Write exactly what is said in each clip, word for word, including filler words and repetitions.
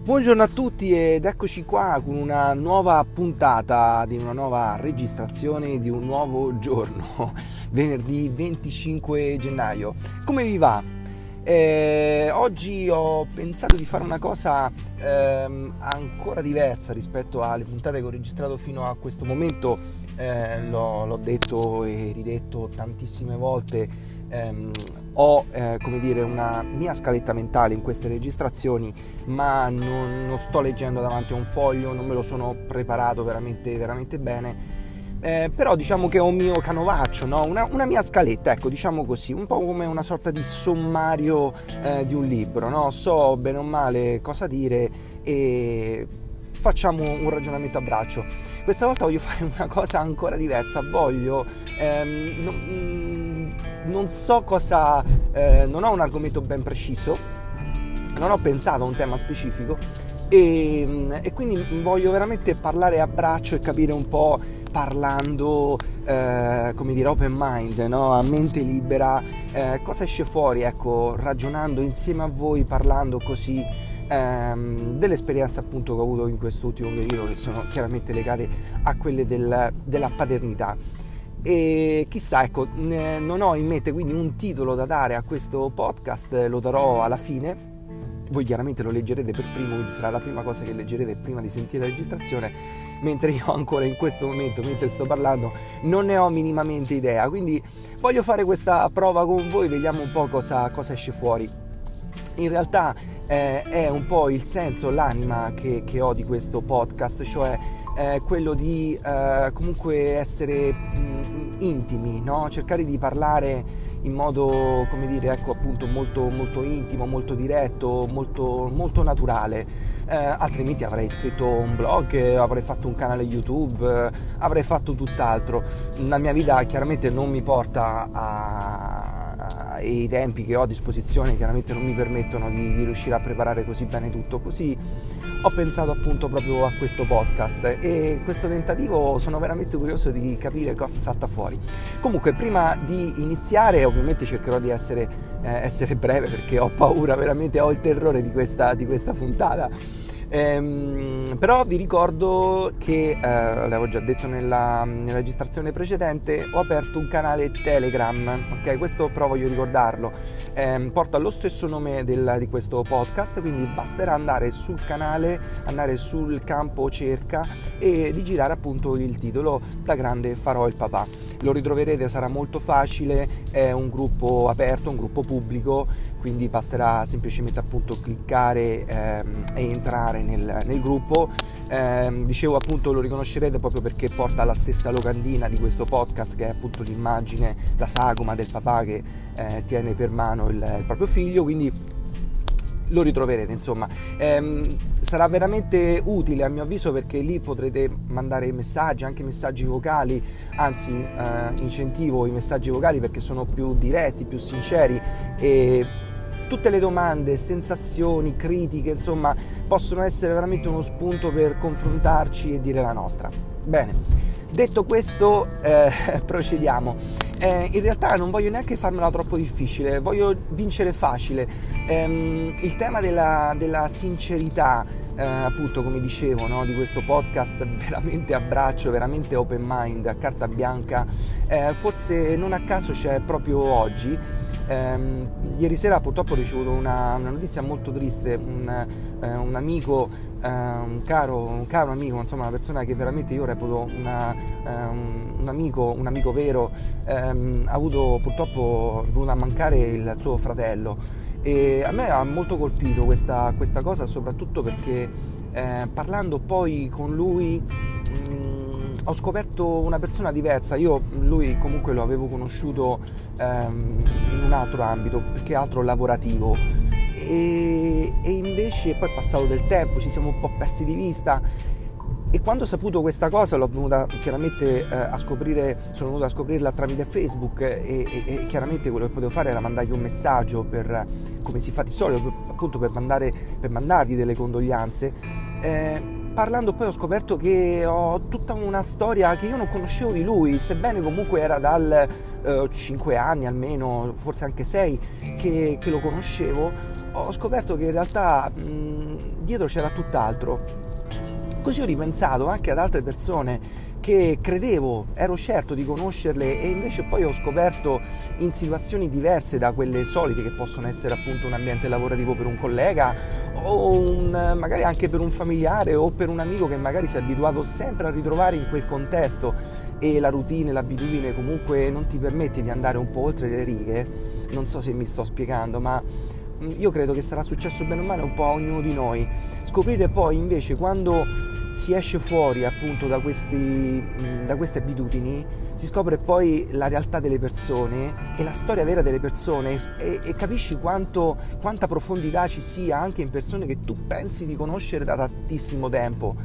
Buongiorno a tutti ed eccoci qua con una nuova puntata di una nuova registrazione di un nuovo giorno, venerdì venticinque gennaio. Come vi va? Eh, oggi ho pensato di fare una cosa ehm, ancora diversa rispetto alle puntate che ho registrato fino a questo momento. Eh, l'ho, l'ho detto e ridetto tantissime volte. Um, ho eh, come dire una mia scaletta mentale in queste registrazioni, ma non, non sto leggendo davanti a un foglio, non me lo sono preparato veramente veramente bene, eh, però diciamo che ho un mio canovaccio, no? una, una mia scaletta, ecco, diciamo così, un po' come una sorta di sommario eh, di un libro, no? So bene o male cosa dire e facciamo un ragionamento a braccio. Questa volta voglio fare una cosa ancora diversa, voglio ehm, non, non so cosa, eh, non ho un argomento ben preciso, non ho pensato a un tema specifico e, e quindi voglio veramente parlare a braccio e capire un po', parlando eh, come dire open mind, no? A mente libera, eh, cosa esce fuori, ecco, ragionando insieme a voi, parlando così ehm, delle esperienze appunto che ho avuto in quest'ultimo periodo, che sono chiaramente legate a quelle del, della paternità. E chissà, ecco, non ho in mente quindi un titolo da dare a questo podcast, lo darò alla fine. Voi chiaramente lo leggerete per primo, quindi sarà la prima cosa che leggerete prima di sentire la registrazione, mentre io ancora in questo momento, mentre sto parlando, non ne ho minimamente idea. Quindi voglio fare questa prova con voi, vediamo un po' cosa, cosa esce fuori. In realtà eh, è un po' il senso, l'anima che, che ho di questo podcast, cioè eh, quello di eh, comunque essere mh, intimi, no? Cercare di parlare in modo, come dire, ecco, appunto molto, molto intimo, molto diretto, molto, molto naturale. Eh, altrimenti avrei scritto un blog, avrei fatto un canale YouTube, eh, avrei fatto tutt'altro. La mia vita chiaramente non mi porta a e i tempi che ho a disposizione chiaramente non mi permettono di, di riuscire a preparare così bene tutto, così ho pensato appunto proprio a questo podcast e questo tentativo sono veramente curioso di capire cosa salta fuori. Comunque, prima di iniziare, ovviamente cercherò di essere, eh, essere breve, perché ho paura, veramente ho il terrore di questa, di questa puntata. Ehm, però vi ricordo che, eh, l'avevo già detto nella, nella registrazione precedente, ho aperto un canale Telegram, ok? Questo però voglio ricordarlo, ehm, porta lo stesso nome del, di questo podcast, quindi basterà andare sul canale, andare sul campo cerca e digitare appunto il titolo Da grande farò il papà. Lo ritroverete, sarà molto facile, è un gruppo aperto, un gruppo pubblico, quindi basterà semplicemente appunto cliccare ehm, e entrare nel, nel gruppo. Eh, dicevo appunto, lo riconoscerete proprio perché porta la stessa locandina di questo podcast, che è appunto l'immagine, la sagoma del papà che eh, tiene per mano il, il proprio figlio, quindi lo ritroverete, insomma. Eh, sarà veramente utile a mio avviso, perché lì potrete mandare messaggi, anche messaggi vocali, anzi eh, incentivo i messaggi vocali perché sono più diretti, più sinceri, e tutte le domande, sensazioni, critiche, insomma, possono essere veramente uno spunto per confrontarci e dire la nostra. Bene, detto questo, eh, procediamo. Eh, in realtà non voglio neanche farmela troppo difficile, voglio vincere facile. Eh, il tema della, della sincerità, eh, appunto, come dicevo, no, di questo podcast veramente a braccio, veramente open mind, a carta bianca, eh, forse non a caso c'è proprio oggi. Um, ieri sera purtroppo ho ricevuto una, una notizia molto triste. Un, uh, un amico, uh, un, caro, un caro amico, insomma una persona che veramente io reputo una, um, un amico, un amico vero, um, ha avuto purtroppo venuto a mancare il suo fratello, e a me ha molto colpito questa, questa cosa, soprattutto perché eh, parlando poi con lui mh, ho scoperto una persona diversa. Io lui comunque lo avevo conosciuto ehm, in un altro ambito, più che altro lavorativo, e, e invece poi è passato del tempo, ci siamo un po' persi di vista, e quando ho saputo questa cosa l'ho venuta chiaramente eh, a scoprire, sono venuto a scoprirla tramite Facebook, e, e, e chiaramente quello che potevo fare era mandargli un messaggio, per, come si fa di solito, per, appunto per, mandare, per mandargli delle condoglianze. Eh, Parlando poi ho scoperto che ho tutta una storia che io non conoscevo di lui, sebbene comunque era dal eh, cinque anni almeno, forse anche sei, che, che lo conoscevo. ho scoperto che in realtà mh, dietro c'era tutt'altro. Così ho ripensato anche ad altre persone che credevo, ero certo di conoscerle, e invece poi ho scoperto in situazioni diverse da quelle solite, che possono essere appunto un ambiente lavorativo per un collega, o un, magari anche per un familiare o per un amico che magari si è abituato sempre a ritrovare in quel contesto, e la routine, l'abitudine comunque non ti permette di andare un po' oltre le righe. Non so se mi sto spiegando, ma io credo che sarà successo bene o male un po' a ognuno di noi. Scoprire poi invece, quando si esce fuori appunto da, questi, da queste abitudini, si scopre poi la realtà delle persone e la storia vera delle persone, e, e capisci quanto, quanta profondità ci sia anche in persone che tu pensi di conoscere da tantissimo tempo.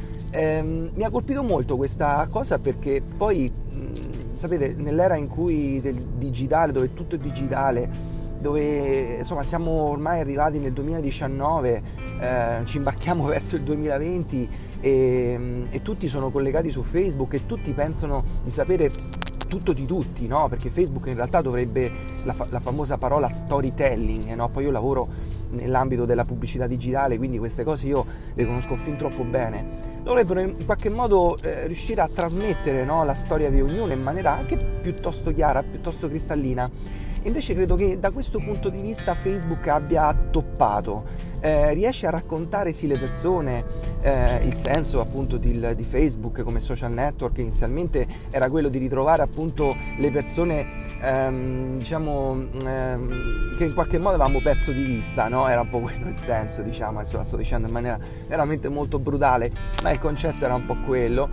Ehm, mi ha colpito molto questa cosa, perché poi mh, sapete, nell'era in cui del digitale, dove tutto è digitale, dove insomma siamo ormai arrivati nel duemiladiciannove, eh, ci imbarchiamo verso il duemilaventi, e, e tutti sono collegati su Facebook e tutti pensano di sapere tutto di tutti, no? Perché Facebook in realtà dovrebbe, la, fa- la famosa parola storytelling, no? Poi io lavoro nell'ambito della pubblicità digitale, quindi queste cose io le conosco fin troppo bene. Dovrebbero in qualche modo eh, riuscire a trasmettere, no, la storia di ognuno in maniera anche piuttosto chiara, piuttosto cristallina. Invece credo che da questo punto di vista Facebook abbia toppato, eh, riesce a raccontare sì le persone, eh, il senso appunto di, di Facebook come social network inizialmente era quello di ritrovare appunto le persone ehm, diciamo ehm, che in qualche modo avevamo perso di vista, no? Era un po' quello il senso, diciamo, adesso la sto dicendo in maniera veramente molto brutale, ma il concetto era un po' quello.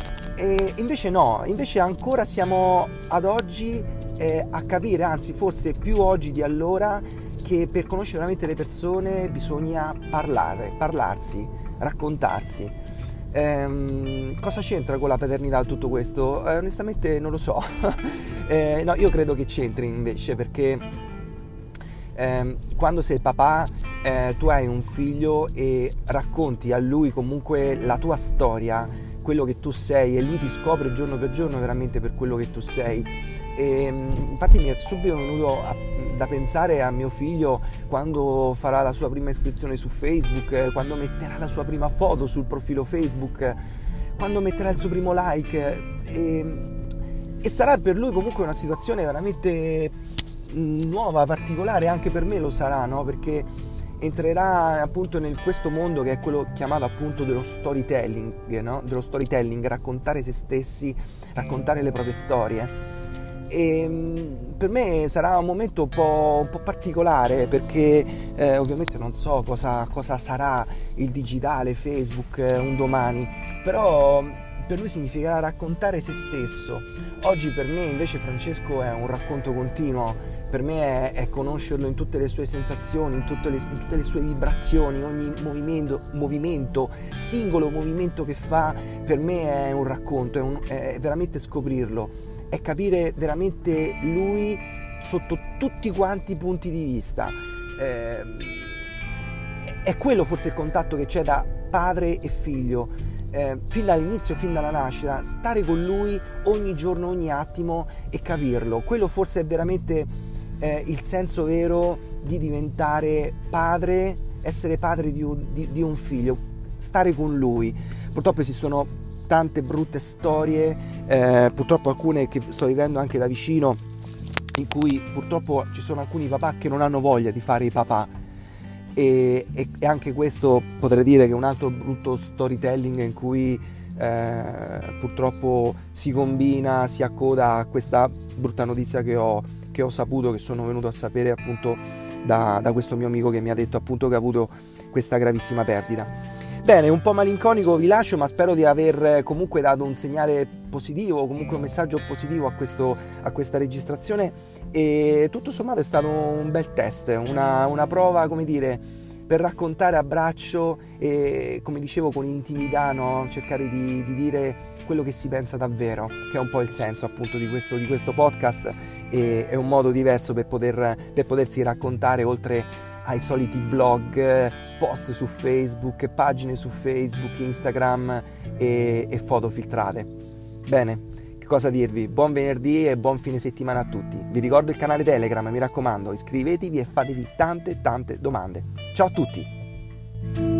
E invece no, invece ancora siamo ad oggi eh, a capire, anzi forse più oggi di allora, che per conoscere veramente le persone bisogna parlare, parlarsi, raccontarsi. Ehm, cosa c'entra con la paternità tutto questo? Eh, onestamente non lo so. eh, no, io credo che c'entri invece, perché eh, quando sei papà eh, tu hai un figlio e racconti a lui comunque la tua storia, quello che tu sei, e lui ti scopre giorno per giorno veramente per quello che tu sei. E infatti mi è subito venuto a, da pensare a mio figlio quando farà la sua prima iscrizione su Facebook, quando metterà la sua prima foto sul profilo Facebook, quando metterà il suo primo like, e, e sarà per lui comunque una situazione veramente nuova, particolare, anche per me lo sarà, no? Perché entrerà appunto in questo mondo che è quello chiamato appunto dello storytelling, no? Dello storytelling, raccontare se stessi, raccontare le proprie storie. E per me sarà un momento un po', un po' particolare, perché eh, ovviamente non so cosa, cosa sarà il digitale, Facebook eh, un domani, però per lui significherà raccontare se stesso. Oggi per me invece Francesco è un racconto continuo, per me è, è conoscerlo in tutte le sue sensazioni, in tutte le, in tutte le sue vibrazioni, ogni movimento, movimento, singolo movimento che fa, per me è un racconto, è, un, è veramente scoprirlo, è capire veramente lui sotto tutti quanti i punti di vista. Eh, è quello forse il contatto che c'è da padre e figlio, eh, fin dall'inizio, fin dalla nascita, stare con lui ogni giorno, ogni attimo e capirlo. Quello forse è veramente eh, il senso vero di diventare padre, essere padre di un, di, di un figlio, stare con lui. Purtroppo esistono tante brutte storie, eh, purtroppo alcune che sto vivendo anche da vicino, in cui purtroppo ci sono alcuni papà che non hanno voglia di fare i papà, e, e, e anche questo potrei dire che è un altro brutto storytelling in cui eh, purtroppo si combina, si accoda a questa brutta notizia che ho, che ho saputo, che sono venuto a sapere appunto da, da questo mio amico che mi ha detto appunto che ha avuto questa gravissima perdita. Bene, un po' malinconico vi lascio, ma spero di aver comunque dato un segnale positivo, comunque un messaggio positivo a, questo, a questa registrazione, e tutto sommato è stato un bel test, una, una prova, come dire, per raccontare a braccio e, come dicevo, con intimità, no? Cercare di, di dire quello che si pensa davvero, che è un po' il senso appunto di questo, di questo podcast, e è un modo diverso per, poter, per potersi raccontare, oltre ai soliti blog, post su Facebook, pagine su Facebook, Instagram e, e foto filtrate. Bene, Che cosa dirvi? Buon venerdì e buon fine settimana a tutti. Vi ricordo il canale Telegram, mi raccomando, iscrivetevi e fatevi tante tante domande. Ciao a tutti!